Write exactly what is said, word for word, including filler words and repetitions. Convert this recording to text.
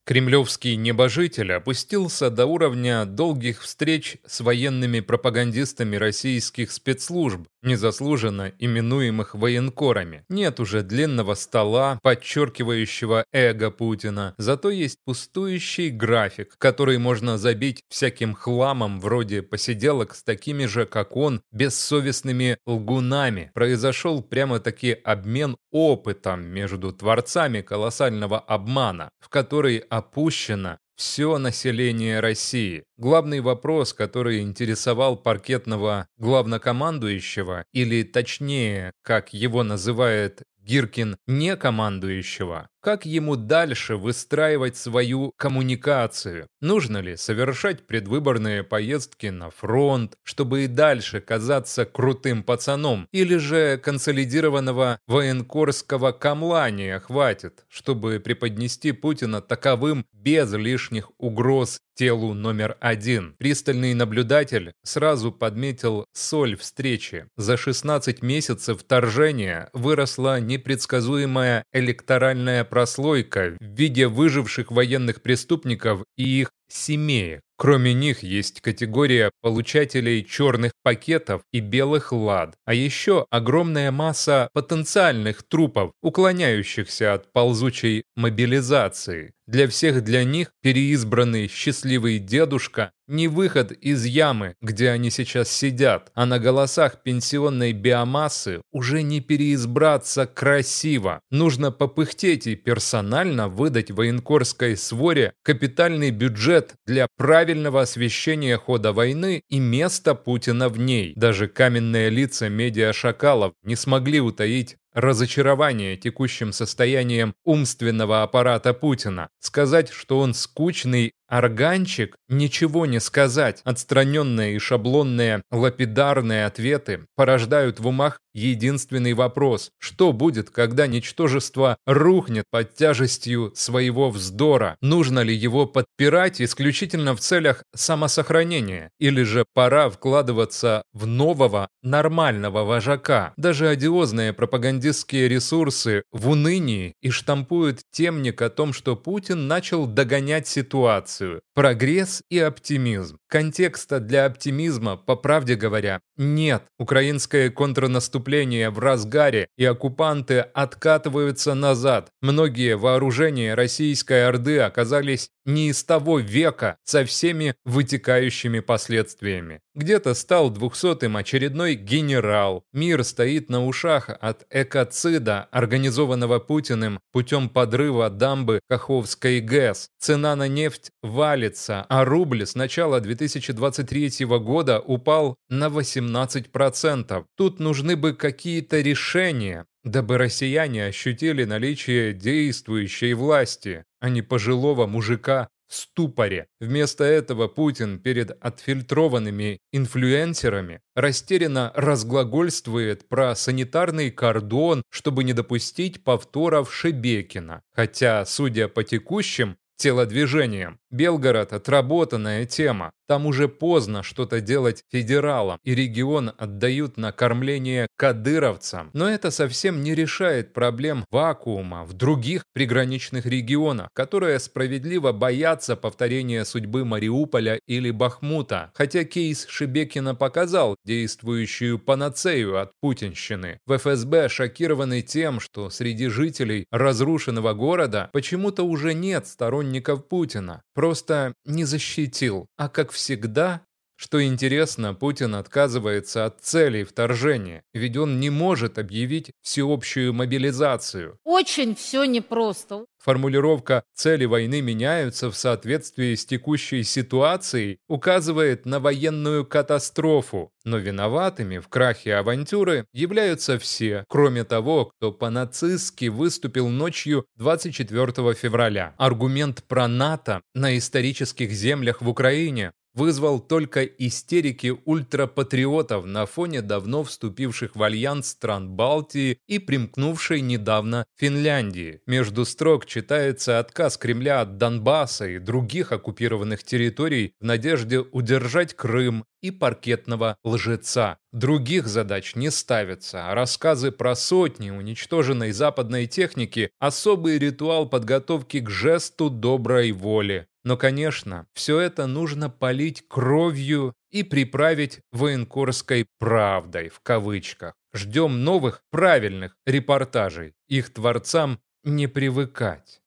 Кремлевский небожитель опустился до уровня долгих встреч с военными пропагандистами российских спецслужб, незаслуженно именуемых военкорами. Нет уже длинного стола, подчеркивающего эго Путина, зато есть пустующий график, который можно забить всяким хламом вроде посиделок с такими же, как он, бессовестными лгунами. Произошел прямо-таки обмен опытом между творцами колоссального обмана, в который опущено все население России. Главный вопрос, который интересовал паркетного главнокомандующего, или точнее, как его называет Гиркин, некомандующего, как ему дальше выстраивать свою коммуникацию? Нужно ли совершать предвыборные поездки на фронт, чтобы и дальше казаться крутым пацаном? Или же консолидированного военкорского камлания хватит, чтобы преподнести Путина таковым без лишних угроз телу номер один? Пристальный наблюдатель сразу подметил соль встречи. За шестнадцать месяцев вторжения выросла непредсказуемая электоральная прослойка в виде выживших военных преступников и их семей. Кроме них есть категория получателей черных пакетов и белых лад, а еще огромная масса потенциальных трупов, уклоняющихся от ползучей мобилизации. Для всех для них переизбранный счастливый дедушка не выход из ямы, где они сейчас сидят, а на голосах пенсионной биомассы уже не переизбраться красиво. Нужно попыхтеть и персонально выдать военкорской своре капитальный бюджет для правильного освещения хода войны и места Путина в ней. Даже каменные лица медиашакалов не смогли утаить разочарование текущим состоянием умственного аппарата Путина. Сказать, что он скучный органчик, ничего не сказать. Отстраненные и шаблонные лапидарные ответы порождают в умах единственный вопрос: что будет, когда ничтожество рухнет под тяжестью своего вздора? Нужно ли его подпирать исключительно в целях самосохранения? Или же пора вкладываться в нового нормального вожака? Даже одиозные пропагандистские ресурсы в унынии и штампуют темник о том, что Путин начал догонять ситуацию. Прогресс и оптимизм. Контекста для оптимизма, по правде говоря, нет. Украинское контрнаступление в разгаре, и оккупанты откатываются назад. Многие вооружения российской орды оказались не из того века, со всеми вытекающими последствиями. Где-то стал двухсотым очередной генерал. Мир стоит на ушах от экоцида, организованного Путиным путем подрыва дамбы Каховской ГЭС. Цена на нефть валится, а рубль с начала две тысячи двадцать третьего года упал на восемнадцать процентов. Тут нужны бы какие-то решения, дабы россияне ощутили наличие действующей власти, а не пожилого мужика в ступоре. Вместо этого Путин перед отфильтрованными инфлюенсерами растерянно разглагольствует про санитарный кордон, чтобы не допустить повторов Шебекина. Хотя, судя по текущим телодвижением, Белгород — отработанная тема. Там уже поздно что-то делать федералам, и регион отдают на кормление кадыровцам. Но это совсем не решает проблем вакуума в других приграничных регионах, которые справедливо боятся повторения судьбы Мариуполя или Бахмута. Хотя кейс Шебекина показал действующую панацею от путинщины. В эф эс бэ шокированы тем, что среди жителей разрушенного города почему-то уже нет сторонников Путина. Просто не защитил. А как всегда, что интересно, Путин отказывается от целей вторжения, ведь он не может объявить всеобщую мобилизацию. Очень все непросто. Формулировка «цели войны меняются в соответствии с текущей ситуацией» указывает на военную катастрофу, но виноватыми в крахе авантюры являются все, кроме того, кто по-нацистски выступил ночью двадцать четвёртого февраля. Аргумент про НАТО на исторических землях в Украине вызвал только истерики ультрапатриотов на фоне давно вступивших в альянс стран Балтии и примкнувшей недавно Финляндии. Между строк читается отказ Кремля от Донбасса и других оккупированных территорий в надежде удержать Крым и паркетного лжеца. Других задач не ставится, а рассказы про сотни уничтоженной западной техники – особый ритуал подготовки к жесту доброй воли. Но, конечно, все это нужно полить кровью и приправить военкорской «правдой» в кавычках. Ждем новых правильных репортажей. Их творцам не привыкать.